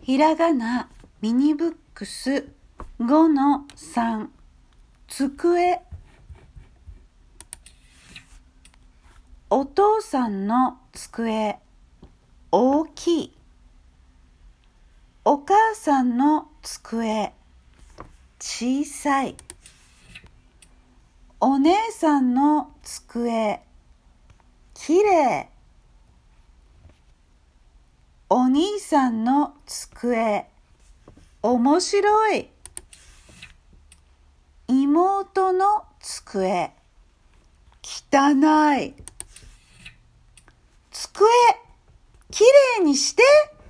ひらがなミニブックス 5-3 机。お父さんの机大きい。お母さんの机小さい。お姉さんの机きれい。お兄さんの机面白い。妹の机汚い。机きれいにして。